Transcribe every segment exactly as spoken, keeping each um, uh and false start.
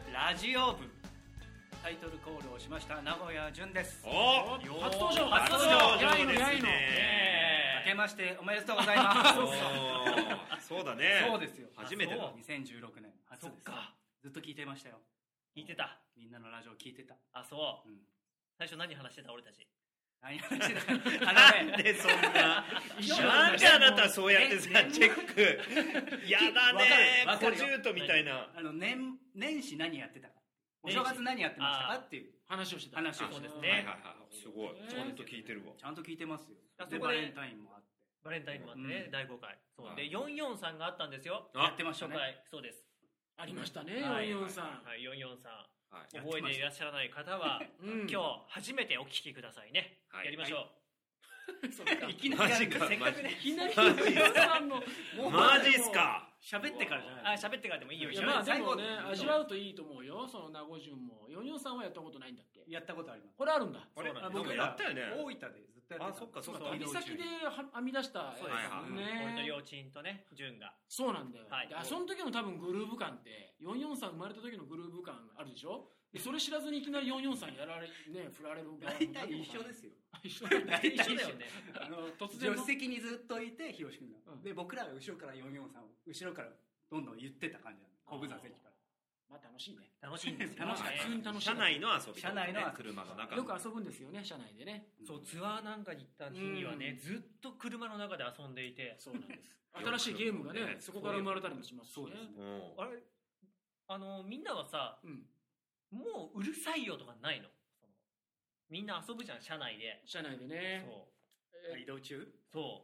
ラジオ部タイトルコールをしました名古屋潤です。 お初登場初登場やいのやいの、 明けましておめでとうございますそうだね。 そうですよ、 初めてだ。 にせんじゅうろくねん初です。 そっか、 ずっと聞いてましたよ。 聞いてた。 みんなのラジオ聞いてた。 あ、そう、 うん、 最初何話してた俺たち。 何話してたなんでそんななんであなたそうやってさチェックやだねー、小獣とみたいな。 あの 年, 年始何やってたか、お正月何やってましたかっていう話をしてた。 話をしてですね。 はいはいはい、すごいちゃんと聞いてるわ。 ちゃんと聞いてますよ。 あそこででバレンタインもあってバレンタインもあってね、 うん、 だいごかい。そう、 はい、 でよんよんさんがあったんですよ。 やってましたね。 初回、そうです。 ありましたね、 はい、 よんよんさん。 はい、よんよんさん。 はい、 覚えていらっしゃらない方は、うん、今日初めてお聞きくださいね。はい、やりましょう。はいいきなりせっかくね、 いきなりよんよんさんのマジっすか。 喋ってからじゃない。 あ、喋ってからでもいいよ。 いや、まあでもね、味わうといいと思うよ。その名護順もよんよんさんはやったことないんだっけ。 やったことあります。 これあるんだ。 あれ、 僕やったよね。 大分でずっとやってた。 あ、そっかそっか。 旅先で編み出したそうですね。俺と両親とね、順が。そうなんだよ。はい。 その時の多分グルーヴ感ってよんよんさん生まれた時のグルーヴ感あるでしょ。それ知らずにいきなりよんよんさんやられね、振られる側大体一緒ですよ。 一緒だよね。 あの突然助手席にずっといて広志君が、で僕らが後ろからよんよんさんを後ろからどんどん言ってた感じなの。後部座席から。 まあ楽しいね。 楽しいんですよ。 楽しい。普通に楽しい。 車内の遊び。 車内の車の中。 よく遊ぶんですよね、車内でね。 そう、ツアーなんかに行った日にはね、ずっと車の中で遊んでいて。 そうなんです。新しいゲームがね、そこから生まれたりもしますしね。 あれ、あのみんなはさ、もううるさいよとかないの？みんな遊ぶじゃん、車内で。 車内でね。 そう。 移動中？ そう。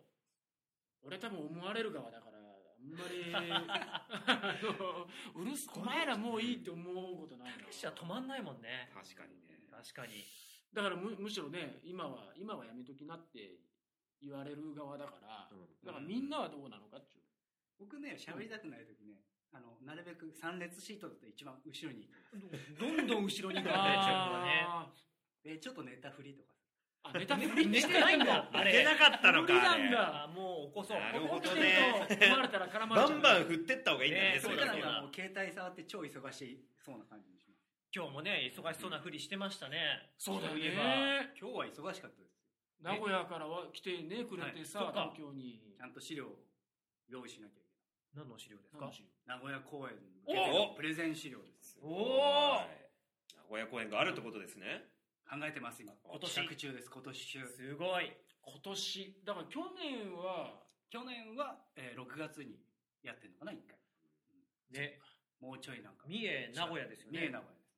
俺多分思われる側だから、あんまりうるす、お前らもういいって思うことないの。 車止まんないもんね。 確かにね。 確かに。 だから む, むしろね、今は今はやめときなって言われる側だから、うん、だからみんなはどうなのかっていう。 僕ね、喋りたくない時ね、あのなるべくさん列シートだと一番後ろにどんどん後ろに行くね。 でちょっと寝たふりとか。 あ、寝たふり寝てないんだ。 あれ寝なかったのか。 なんだ。 もう起こそう。 なるほどね。 思われたら絡まれちゃう。 バンバン振ってった方がいいんだね。 それからがもう携帯触って超忙しいそうな感じにします。 今日もね、忙しそうなふりしてましたね。 そうだよね。今日は忙しかったです。 名古屋からは来てねくれてさ、東京にちゃんと資料を用意しなきゃいけない。 何の資料ですか？ 名古屋公演のプレゼン資料です。 おお。 名古屋公演があるってことですね。 考えてます今。今年企画中です。今年中。 すごい。 今年だから去年は去年は、えー、ろくがつにやってるのかな一回。 で、 もうちょいなんか。 三重名古屋ですよね。 三重名古屋です。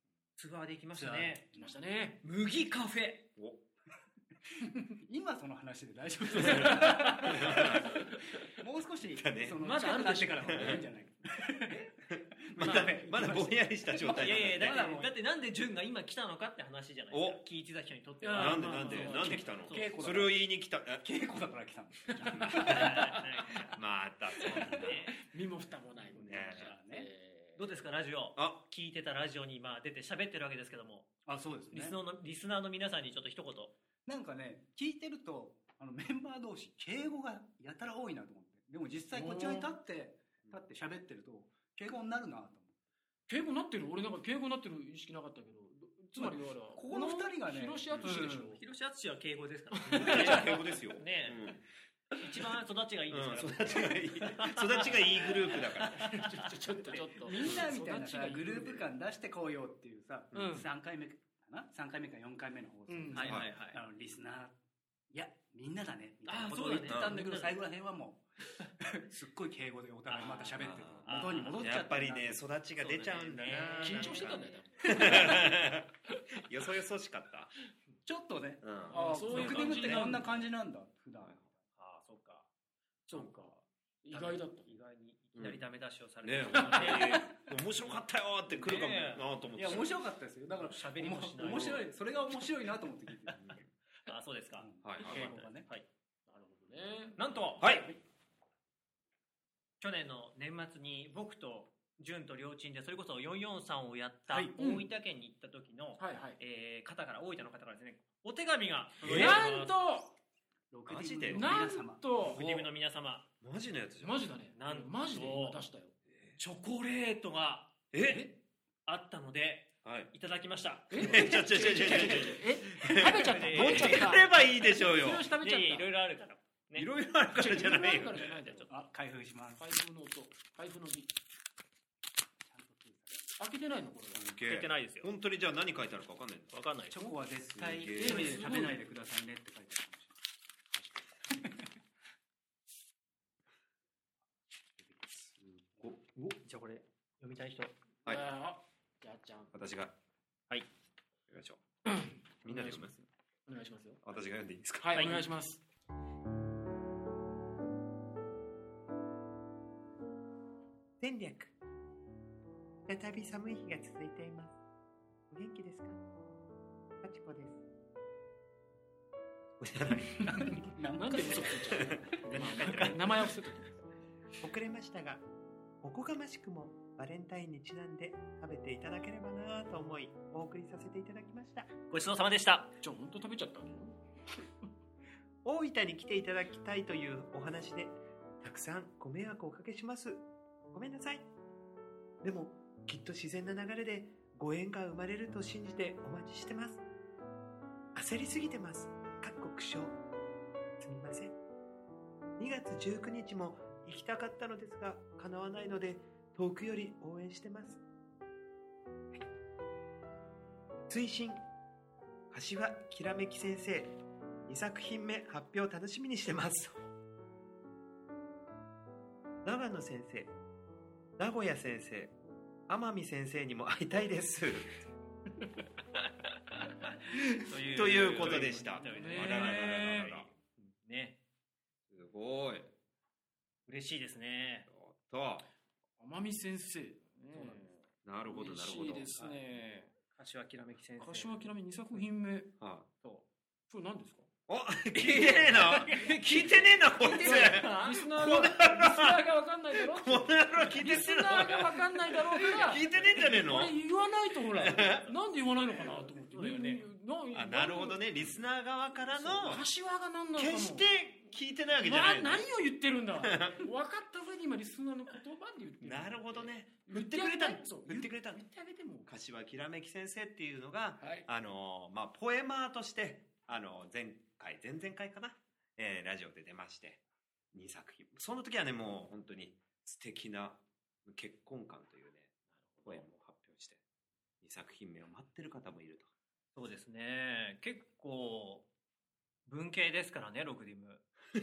ツアーで行きましたね。 行きましたね。 麦カフェ。 お。 今その話で大丈夫ですか？もう少し、ね、そのまだあるなってからもいいんじゃないか。 まだまだぼんやりした状態。 いやいやだってだってなんで潤が今来たのかって話じゃないですか。木一座人にとっては。 なんでなんでなんで来たの？それを言いに来た。 稽古だから来たの。 またそうね。 身も蓋もないね。 どうですかラジオ？あ、聞いてたラジオに今出て喋ってるわけですけども。 あ、そうですね。 リスナーのリスナーの皆さんにちょっと一言。 なんかね、聞いてるとあのメンバー同士敬語がやたら多いなと思って。でも実際こっち側に立って立って喋ってると敬語になるなと思って。 敬語になってる？俺なんか敬語になってる意識なかったけど、つまりだからここの二人がね、 広志敦でしょ。 広志敦は敬語ですからね。 敬語ですよ。 ね。一番育ちがいいですから。育ちがいい育ちがいいグループだから。 ちょっとちょっとみんなみたいなさグループ感出してこうよっていうさ、三回目かな、三回目か四回目の放送。 はいはいはい。 あのリスナーいやみんなだねみたいなことを言ってたんだけど、最後らへんはもうすっごい敬語でお互いまた喋って元に戻っちゃった。 やっぱりね育ちが出ちゃうんだな。 緊張してたんだよ。 よそよそしかった。 ちょっとね。 ああそういう感じってこんな感じなんだ普段。 ああそうかそうか。意外だった。 意外にいきなりダメ出しをされて。 ね面白かったよって来るかもなと思って。 いや面白かったですよ。だから喋りもしない。 面白いそれが面白いなと思って聞いてる。 あそうですか。 はい敬語がね。 はい。 なるほどね。 なんとはい去年の年末に僕と潤と両親でそれこそよんよんさんをやった大分県に行った時の方から大分の方からですねお手紙がなんとマジでなんとフディムの皆様マジのやつじゃん。 マジだね。 なんマジで今出したよ。 チョコレートがえあったので、はい、いただきました。 えちょちょちょちょちょえ食べちゃった飲んじゃったればいいでしょうよ。 食べちゃった。いろいろあるから。 いろいろあるからじゃないよ。 あ、開封します。 開封の音、開封の字。開けてないのこれ。 開けてないですよ。 本当にじゃあ何書いてあるかわかんない。 わかんない。 チョコは絶対一人で食べないでくださいねって書いてあるかもしれない。 お、じゃあこれ読みたい人。 はい。 じゃあちゃん。 私が。 はい。 お願いします。みんなで読みます。 お願いしますよ。 私が読んでいいですか。 はい、お願いします。 前略。再び寒い日が続いています。お元気ですか？パチコです。 なんで嘘ついちゃうの？名前を伏せときます。 遅れましたが、おこがましくもバレンタインにちなんで食べていただければなと思いお送りさせていただきました。 ごちそうさまでした。 じゃあ本当食べちゃったの？ 大分に来ていただきたいというお話でたくさんご迷惑をおかけします。ごめんなさい。でもきっと自然な流れでご縁が生まれると信じてお待ちしてます。焦りすぎてます。かっこ苦笑。すみません。にがつじゅうくにちも行きたかったのですが叶わないので遠くより応援してます。追伸柏きらめき先生にさく品目発表楽しみにしてます。長野先生、名古屋先生、天海先生にも会いたいですということでした。 ね、 すごい嬉しいですね。 と天海先生、 なるほどなるほど。 嬉しいですね。 柏きらめき先生。 柏きらめきにさく品目。 はとこれ何ですか？ お、聞いてねえな聞いてねえなこいつ。リスナーがリスナーがわかんないだろ。 この野郎聞いてねえな。 リスナーがわかんないだろうから聞いてねえんじゃねえの。 これ言わないとほらなんで言わないのかなと思って。 そうだよね。 あ、なるほどね。リスナー側からの柏が何なのかも決して聞いてないわけじゃない。 何を言ってるんだ。分かった上に今リスナーの言葉で言ってる。 なるほどね。言ってくれたの。 そう言ってくれたの。 言ってあげても。 柏きらめき先生っていうのが、 はい、 あのまあポエマーとしてあの前回前々回かな、えー、ラジオで出ましてにさく品。その時はねもう本当に素敵な結婚観というねポエムを発表してにさく品目を待ってる方もいると。 そうですね。結構文系ですからね、ロクディム。 理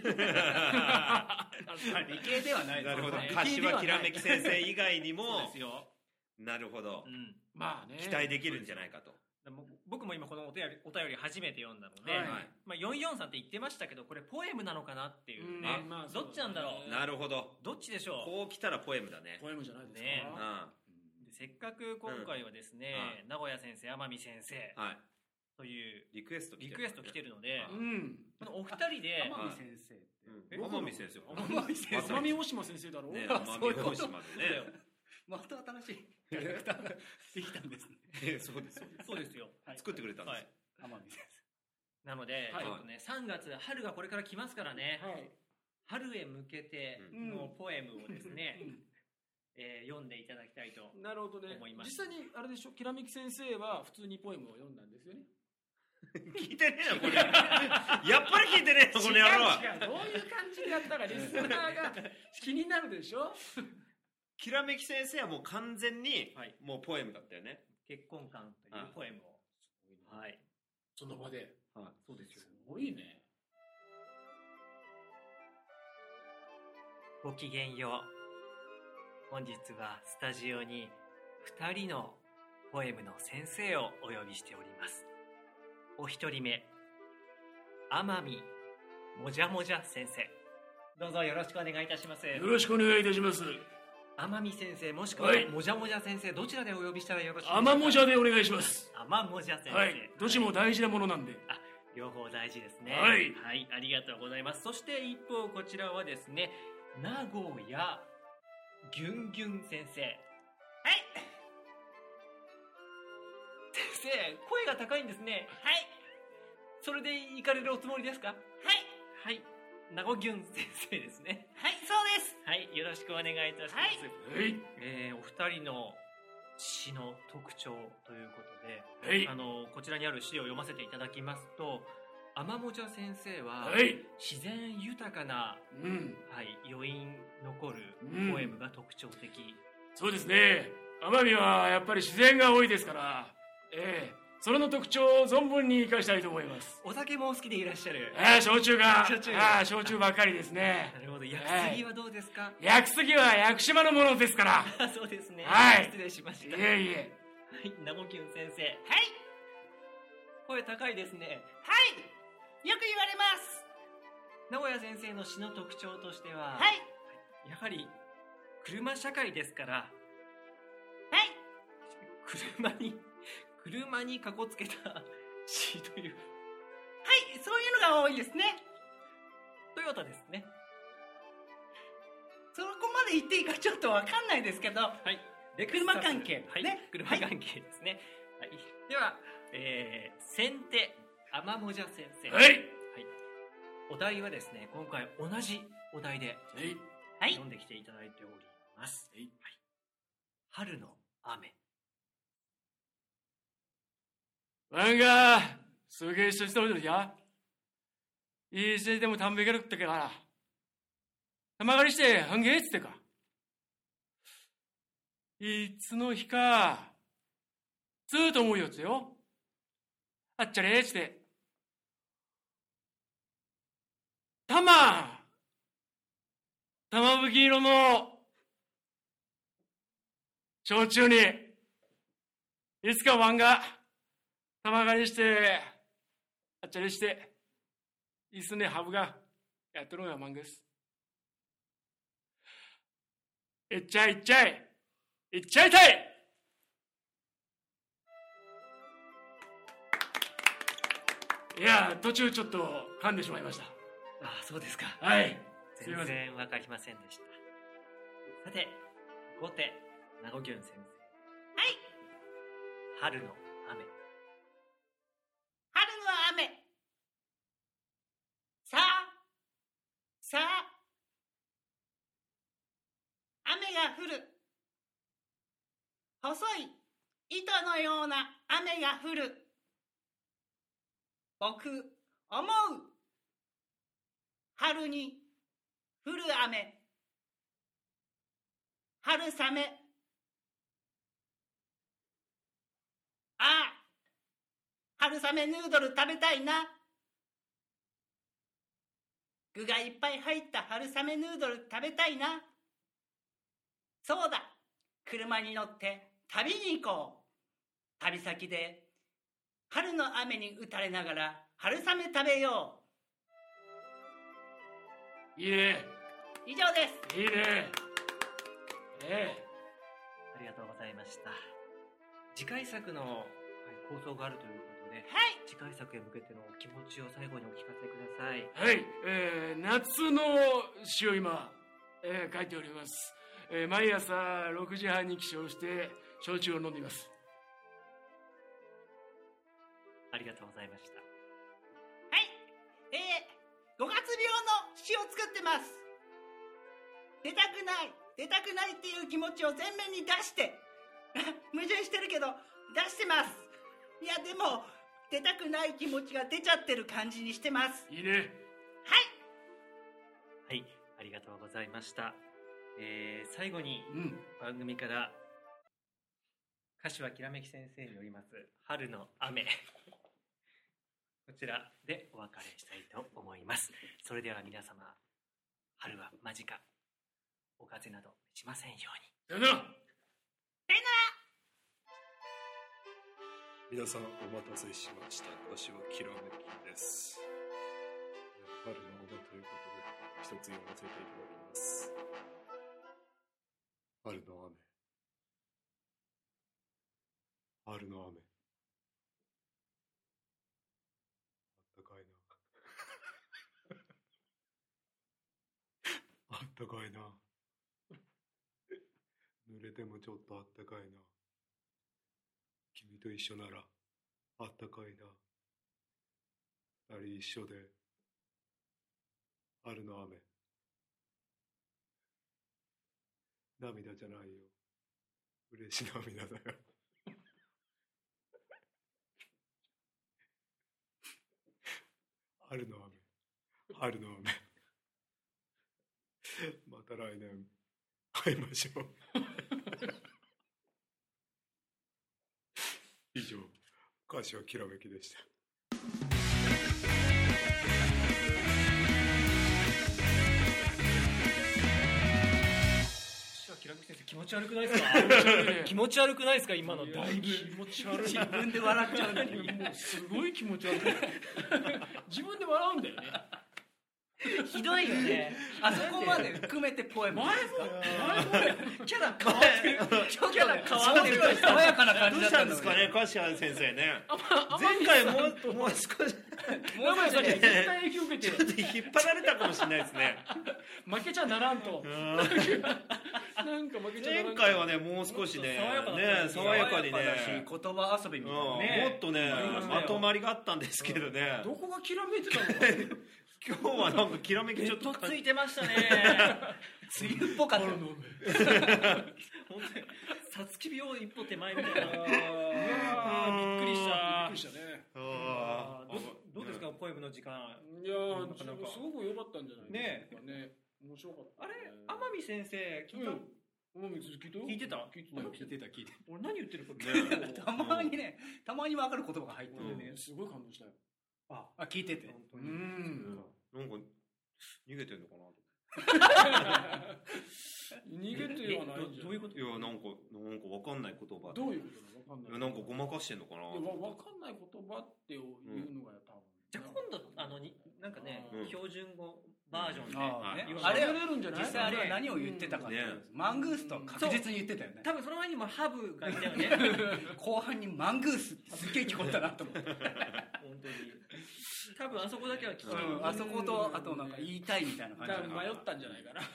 系ではないです。 なるほど。柏きらめき先生以外にもそうですよ。 なるほど、 うん、 まあね、 期待できるんじゃないかと。 僕も今このお便り、お便り初めて読んだので、 はいまあ、よんよんさんって言ってましたけどこれポエムなのかなっていうね、うんまあ、どっちなんだろう。 なるほど。 どっちでしょう。 こう来たらポエムだね。 ポエムじゃないですかね、 うん、 でせっかく今回はですね、うん、名古屋先生、天海先生、はい、というリクエストリクエスト来てるので、 うん、 お二人で天海先生って、 天海先生、 天海大島先生だろう。 ね、天海大島でね。 また新しいキャラクターができたんですね。 そうですそうですよ。 作ってくれたんです。 天海先生。なので、ちょっとね、さんがつ春がこれから来ますからね。春へ向けてのポエムをですね、えー、読んでいただきたいと思います。 なるほどね。実際にあれでしょ、きらめき先生は普通にポエムを読んだんですよね。 聞いてねえなこれ。やっぱり聞いてねえのこの野郎は。 違う違う、どういう感じでやったかリスナーが気になるでしょ。 きらめき先生はもう完全にもうポエムだったよね。 結婚観というポエムを、はい、 その場で、 はい、 そうですよ。 すごいね。 ごきげんよう。本日はスタジオにふたりのポエムの先生をお呼びしております。お一人目、天海もじゃもじゃ先生、どうぞよろしくお願いいたします。 よろしくお願いいたします。 天海先生もしくはもじゃもじゃ先生、どちらでお呼びしたらよろしいですか？ 天もじゃでお願いします。 天もじゃ先生、 はい、どっちも大事なものなんで。 あ、両方大事ですね。 はい、 はい、ありがとうございます。そして一方こちらはですね、名古屋ギュンギュン先生。はい、先生、声が高いんですね。はい、それで行かれるおつもりですか？はいはい、名古屋ギュン先生ですね。はい、そうです。はい、よろしくお願いいたします。はい、えー、お二人の詩の特徴ということで、 はいあのこちらにある詩を読ませていただきますと、天もじゃ先生は、 はい自然豊かな、 うんはい、余韻残るうんポエムが特徴的、 そうですね。奄美はやっぱり自然が多いですから、ええそれの特徴を存分に生かしたいと思います。 お酒もお好きでいらっしゃる。 ああ焼酎が焼酎ああ焼酎ばっかりですね。 なるほど。焼きすぎはどうですか？ 屋久杉は屋久島のものですからあそうですね、 はい失礼しました。 いえいえはい、ナモキュン先生、 はい声高いですね。 はいよく言われます。 名古屋先生の詩の特徴としては、 はいやはり車社会ですから、 はい車に車にかこつけた詩というはいそういうのが多いですね。 トヨタですね。 そこまで言っていいかちょっとわかんないですけど、 はい、レ車関係はい、 ね車関係ですね。はい、では、えー、先手天もじゃ先生、 はいお題はですね、今回同じお題ではいはい読んできていただいております。 はい春の雨。 뭔가 속에 있을 소리야. 이 시대면 담배를 뜯게 가라. 마가리 씨 한개했을 때가. 이つの日かずっと思うよつよ。あっちゃれして玉玉吹き色の焼酎にいつかワンが玉狩りしてあっちゃりしていすねハブがやっとるのがマンです。いっちゃいいっちゃいいっちゃいたい。いや途中ちょっと噛んでしまいました。 あ、そうですか。 はいすい全ません。 然わかりませんでした。さて、後手名護牛先生。 はい春の雨。 春の雨さあさあ雨が降る。細い糸のような雨が降る。僕思う。春に降る雨。春雨。ああ春雨ヌードル食べたいな。具がいっぱい入った春雨ヌードル食べたいな。そうだ、車に乗って旅に行こう。旅先で春の雨に打たれながら春雨食べよいいねう。以上です。 いいねええありがとうございました。次回作の、はい、構想があるということで、 はい次回作へ向けてのお気持ちを最後にお聞かせください。 はい、えー、夏の詩を今、えー、書いております、えー、毎朝ろくじはんに起床して焼酎を飲んでいます。 ありがとうございました。 はい、えー、ごがつ病の詩を作ってます。出たくない出たくないっていう気持ちを前面に出して矛盾してるけど出してます。いやでも出たくない気持ちが出ちゃってる感じにしてます。 いいね。 はいはい、ありがとうございました。えー、最後にうん番組から柏きらめき先生によります春の雨こちらでお別れしたいと思います。それでは皆様、春は間近、お風邪などしませんように。 さよなら。 皆さんお待たせしました。私はきらめきです。春の雨ということで一つ読ませていただきます。春の雨、春の雨、あったかいなあったかいな濡れてもちょっとあったかいな。君と一緒ならあったかいな。二人一緒で春の雨。涙じゃないよ、嬉し涙だよ春の雨、春の雨。また来年会いましょう。以上、柏きらめきでした。 きらめき先生、気持ち悪くないですか？気持ち悪くないですか？今のだいぶ気持ち悪い。 自分で笑っちゃうんだけど、 もうすごい気持ち悪い。自分で笑うんだよね。 ひどいよね。 あそこまで含めてポエム前も前もキャラ変わってる。ちょっとね、変わってる。爽やかな感どうしじだったたんだんですかね、柏先生ね。 あ前回もうもう少しもう少し絶対影響受けてちょっと引っ張られたかもしれないですね。 負けちゃならんと。 うんなんか負けちゃならん。 前回はね、もう少しね、ね爽やかにね、 言葉遊びみたいなうんね。 もっとねまとまりがあったんですけどね。 どこがきらめいてたのか。 今日はなんかきらめきちょっととついてましたね。 梅雨っぽかった。 本当にさつき日を一歩手前みたいな。 うわーびっくりした。びっくりしたね。 あーどどうですか、ポエムの時間。 いやーなかなかすごく良かったんじゃないねですかね。面白かった。 あれ、天海先生聞いた？ うん。聞いたよ。 聞いてた？ 聞いてたよ。 聞いてた聞いて俺何言ってるかねた。たまにね、たまに分かる言葉が入ってるね。 すごい感動したよ。 あ、聞いてて。 うん。 なんか逃げてんのかなと。 逃げてはないんじゃない。 どういうこと？ いやなんかなんかわかんない言葉で。 どういうことなの？わかんない。 いやなんかごまかしてんのかな。 いやわわかんない言葉っていうのが多分。 じゃあ今度あのになんかね、 うん標準語バージョンで、 ああね言わあれ喋れるんじゃない？ 実際あれは何を言ってたかっていうと、マングースと確実に言ってたよね。 多分その前にもハブがいたよね。 後半にマングースってすっげえ聞こえたなと思って。 本当に。多分あそこだけは聞きたい。 うん、あそことあとなんか言いたいみたいな感じ多だ分迷ったんじゃないかな。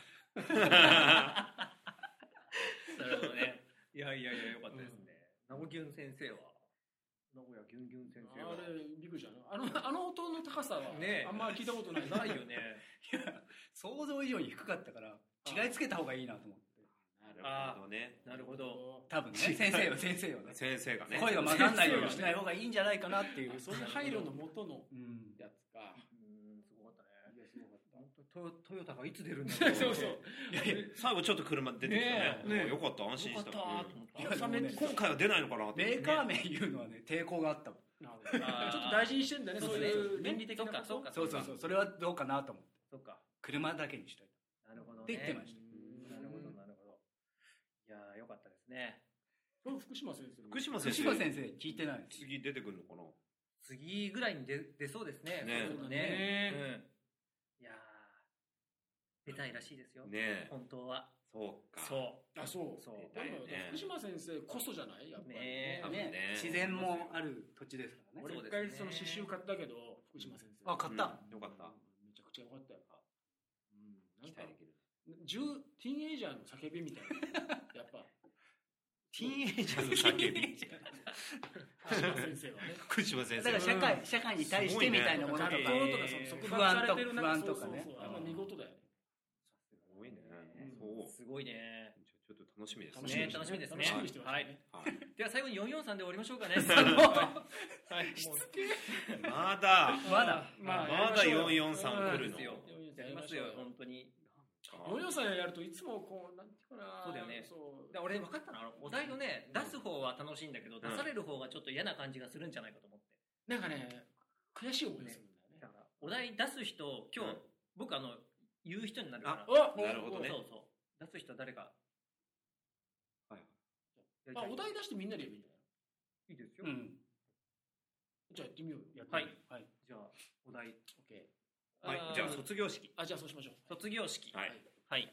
なるほどね。いやいやいや、よかったですね。名古屋先生は名古屋ギュンギュン先生はあれびっくりしたな。あのあの音の高さはねあんま聞いたことない。 ないよね。 いや想像以上に低かったから違いつけた方がいいなと思って。 なるほどね。 なるほど。 多分ね、先生は先生はね、 先生がね。 声が混ざんないようにしない方がいいんじゃないかなっていう。 そういう配慮のもとのうんやつか。 うん、すごかったね。 いやすごかった。 本当トヨトヨタがいつ出るんだそうそうそう。 いやいや最後ちょっと車出てきたね。 ねえねえよかった安心した。 よかったとうん思った。 いやでもね今回は出ないのかなと思って。 メーカー名言うのはね抵抗があったもん。 なるほどちょっと大事にしてんだね。そういう倫理的なこと。 そうかそうそうそう、それはどうかなと思って。 そっか。 車だけにしといなるほどね。 って言ってましたなるほどなるほど。いやーよかったですね。 そう福島先生。 た。 福島先生。 福島先生聞いてないです。 次出てくるのかな。 次ぐらいに出出そうですね。 ねそうだねね。うん。いやー出たいらしいですよ。 ねえ。 本当は。 そうか。 そう。 あそう。 そうでも福島先生こそじゃないやっぱりねね。 ねね自然もある土地ですからね。 俺一回その刺繍買ったけど福島先生。 あ、買った。 よかった。 めちゃくちゃ良かったよ。うん。なんか期待できる。 十ティーンエイジャーの叫びみたいな。やっぱティーンエイジャーの叫び。 福島先生はね。 福島先生。 だから社会、社会に対してみたいなものとか、 学校とかその束縛されてる中不安とかねそうそうそうあんま見事だよね。 すごいね。 うんそう。 すごいね。 ちょっと楽しみです楽しみねに楽しみですね楽しみにしてますはいね。 はい。 では最後によんよんさんで終わりましょうかね。はい。もうまだ。 まだ、 ままだよんよんさん来るの。 ですよ。やりますよ本当に。 よんよんさんやるといつもこうなんていうかな。 そうだよねそうで俺分かったな、お題のね出す方は楽しいんだけど、出される方がちょっと嫌な感じがするんじゃないかと思って。 なんかね悔しい思いするんだよね。 だからお題出す人今日、 うん僕あの言う人になるから。 あなるほどねそうそう出す人誰か。 はい。 やりたいあお題出してみんなでやるんじゃない？ いいですよ。 うん。 じゃあやってみよう。やってはいみようはい。 じゃあお題。 オッケー。 はい。じゃあ卒業式。 あじゃあそうしましょう。 卒業式。 はい。 はい。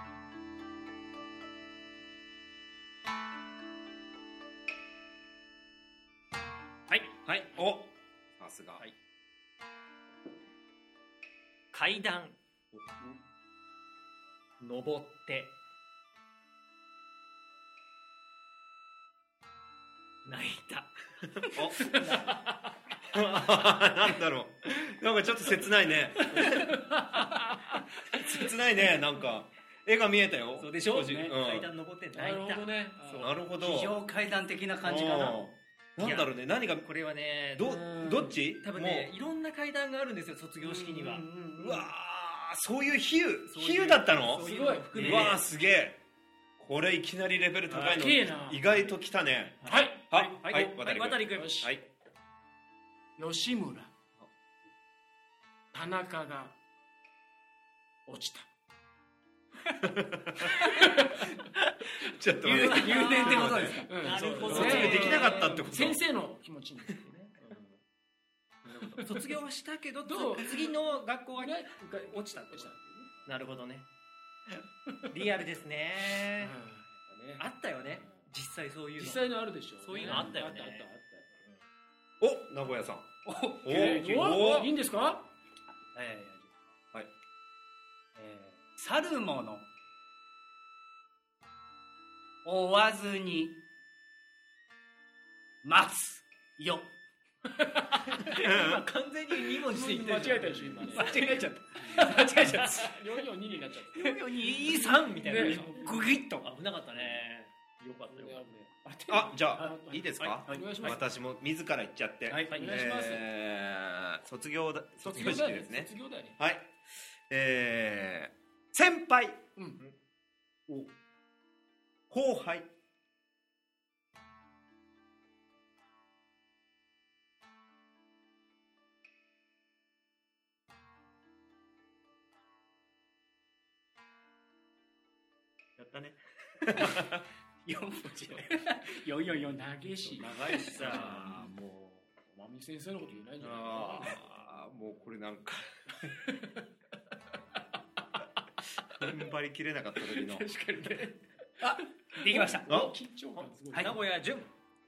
はい。 はい。お。さすが。 はい階段登って泣いた。 お。なんだろう。なんかちょっと切ないね。切ないね。なんか絵が見えたよ。 そうでしょ、 少しねうん階段登ってな泣いた。 るほどね。 そうなるほど。 非常階段的な感じかな。 なんだろうね、何が、 これはね、 ど、どっち多分ね、いろんな階段があるんですよ、卒業式には。 うわー、そういう比喩、比喩だったの？ そういうのを含めてうわー、すげえ。これいきなりレベル高いの、意外と来たね。 はい。 はい、 はい、 はい、渡り渡りくん。 はい。 吉村。田中が落ちた。 ちょっと留留年ってことですか？ うん、 なるほど。 卒業できなかったってこと？ 先生の気持ちになってね。 卒業はしたけど、 どう次の学校がね、 落ちた落ちた。 なるほどね。リアルですね。 うん、 あったよね。実際そういうの。 実際のあるでしょ。 そういうのあったよね。 あったあったあった。 お、名古屋さん。 お、お、いいんですか？ えー、 はい。 えー、去るもの追わずに待つよ。 今完全にに文字で言ってる。 間違えたでしょ今ね。 間違えちゃった間違えちゃったよんよんにになっちゃった。 よんよんにさんみたいな。 ねグギッと危なかったね。よかったよ。 あ、じゃあ、 はいいいですか？ はいお願いします。 私も自ら言っちゃって。 はいお願いします。 えー卒業だ、卒業式だよですね。 卒業だよね。 はい。えー、先輩、 うん。 後輩、やったね。 よん文字でよんよんよん長いし。 長いしさ。 もうまみ先生のこと言えないんじゃないあー、もうこれなんか踏ん張りきれなかった時の。 確かにね。 あ、できました。 あ、 緊張感すごい。 はい名古屋純。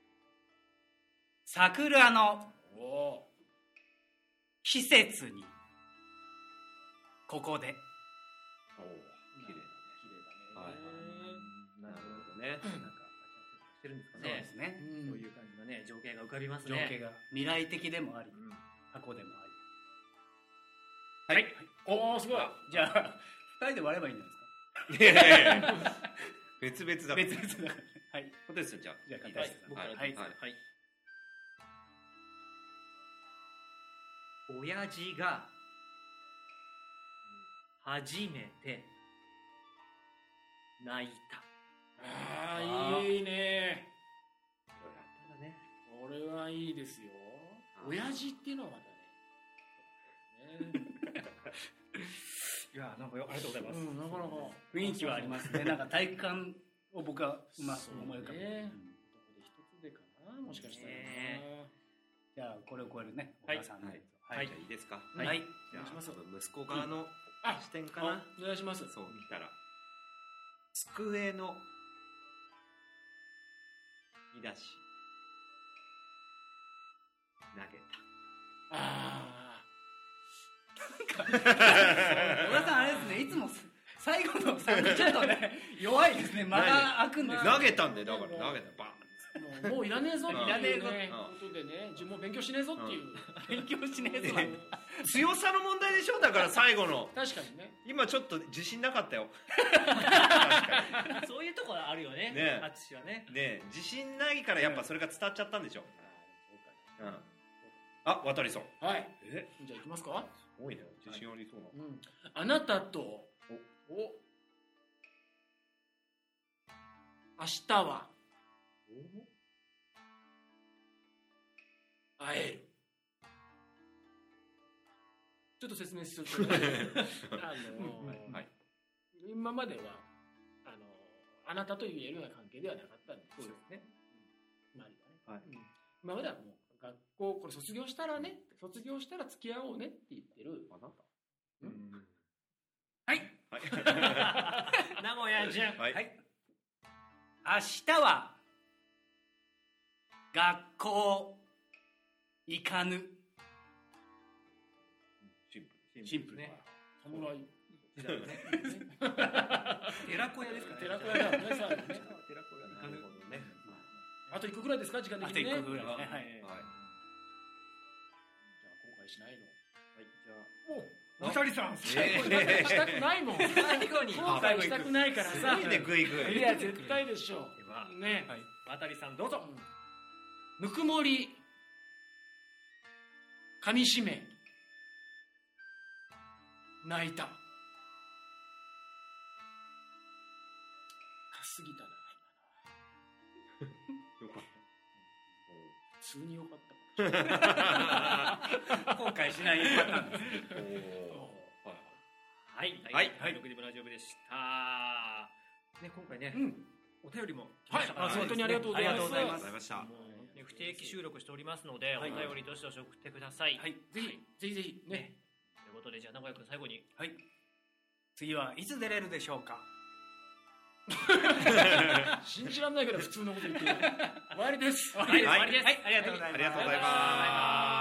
桜のおお。 季節にここでおー、綺麗綺麗はいだね。 なるほどね。 なんかしてるんですかそうでね。 すね。 うんそういう感じのね情景が浮かびます情ね。 景が未来的でもありうん過去でもあはい。 おおすごい。 り。じゃあ二人で割ればいいんじゃないいやいやいや別々だ。 ですか。別々だから。はい。 ことですよ、じゃあ。 じゃあはい片瀬さん。 僕からはい。 はい。はい。親父が初めて泣いた。 ああいいね。 やったね。 これはいいですよ。親父っていうのはまたね。ねいやなんかよありがとうございます。 うん、なかなか雰囲気はありますね。なんか体育館を僕は今思い浮かべて。 ねうん男で一つでかな、もしかしたらねじゃあこれを超えるね、おはい母さんのやつを。 はい。じゃあいいですか。 はい。はい。 じゃあお願いしますその息子側のあ視点かあな。 お願いします。 そう見たら、机の見出し投げあ小田さんあれですね、いつも最後のさんちょっとね弱いですね。間が空くんですた。投げたんでだから投げたバーン。 あ、もうもういらねえぞっていういらねえぞねうんことでね、自分も勉強しねえぞっていう。 勉強しねえぞ。 ね強さの問題でしょ。だから最後の確かにね。 今ちょっと自信なかったよ。 そういうところあるよね。 ねあっちはね。 ねえ自信ないからやっぱそれが伝わっちゃったんでしょ。うん。あ、渡りそう。 はい。 え、 じゃあ行きますか。 多いね。自信ありそうな。 うん。あなたとお明日は会える。ちょっと説明するとね、あのーはい。 今まではあのーあなたと言えるような関係ではなかったんですよ。 そうですね。 うん周りがね。 はいうん今まではもう学校これ卒業したらね、卒業したら付き合おうねって言ってる。 あなた。 うんはい。 はい。 名古屋純。 はい。 はい。明日は学校行かぬ。 シンプル。 シンプルね。 侍時代のね。寺子屋ですかね。 寺子屋だよね、最後ね。 寺子屋になるほどね。 あといっこぐらいですか、時間的あとにね。 一個ぐらいですね。はい。 はい。 じゃあ後悔しないの。 はい、じゃお、渡さん、最えー後に後悔したくないもん。 あ。最後に。 後悔したくないからさ。 すごいね、グイグイ。 いや、絶対でしょではう。ね。 はい渡さんどうぞ。 ぬくもり、噛みしめ、泣いた。すぎたな、 よかっ普通によかった。 後悔しないパターンです。 た。 はい、 はい第ろくじぶラジオ部でした。ね、今回ね、 うん。 お便りも来はい、 ましたから、 あ本当にありがとうございます。 ありがとうございますありがとうございました。 もうね不定期収録しておりますので、 はいお便りどしどし送ってください。 はい、ぜひ、ぜひぜひね。 ということで、じゃあ名古屋君最後に。 はい。次はいつ出れるでしょうか。 信じられないから普通のこと言ってる。終わりです。 はい、終はいわりです。 はい、ありがとうございます。 ありがとうございます。 バイバイ。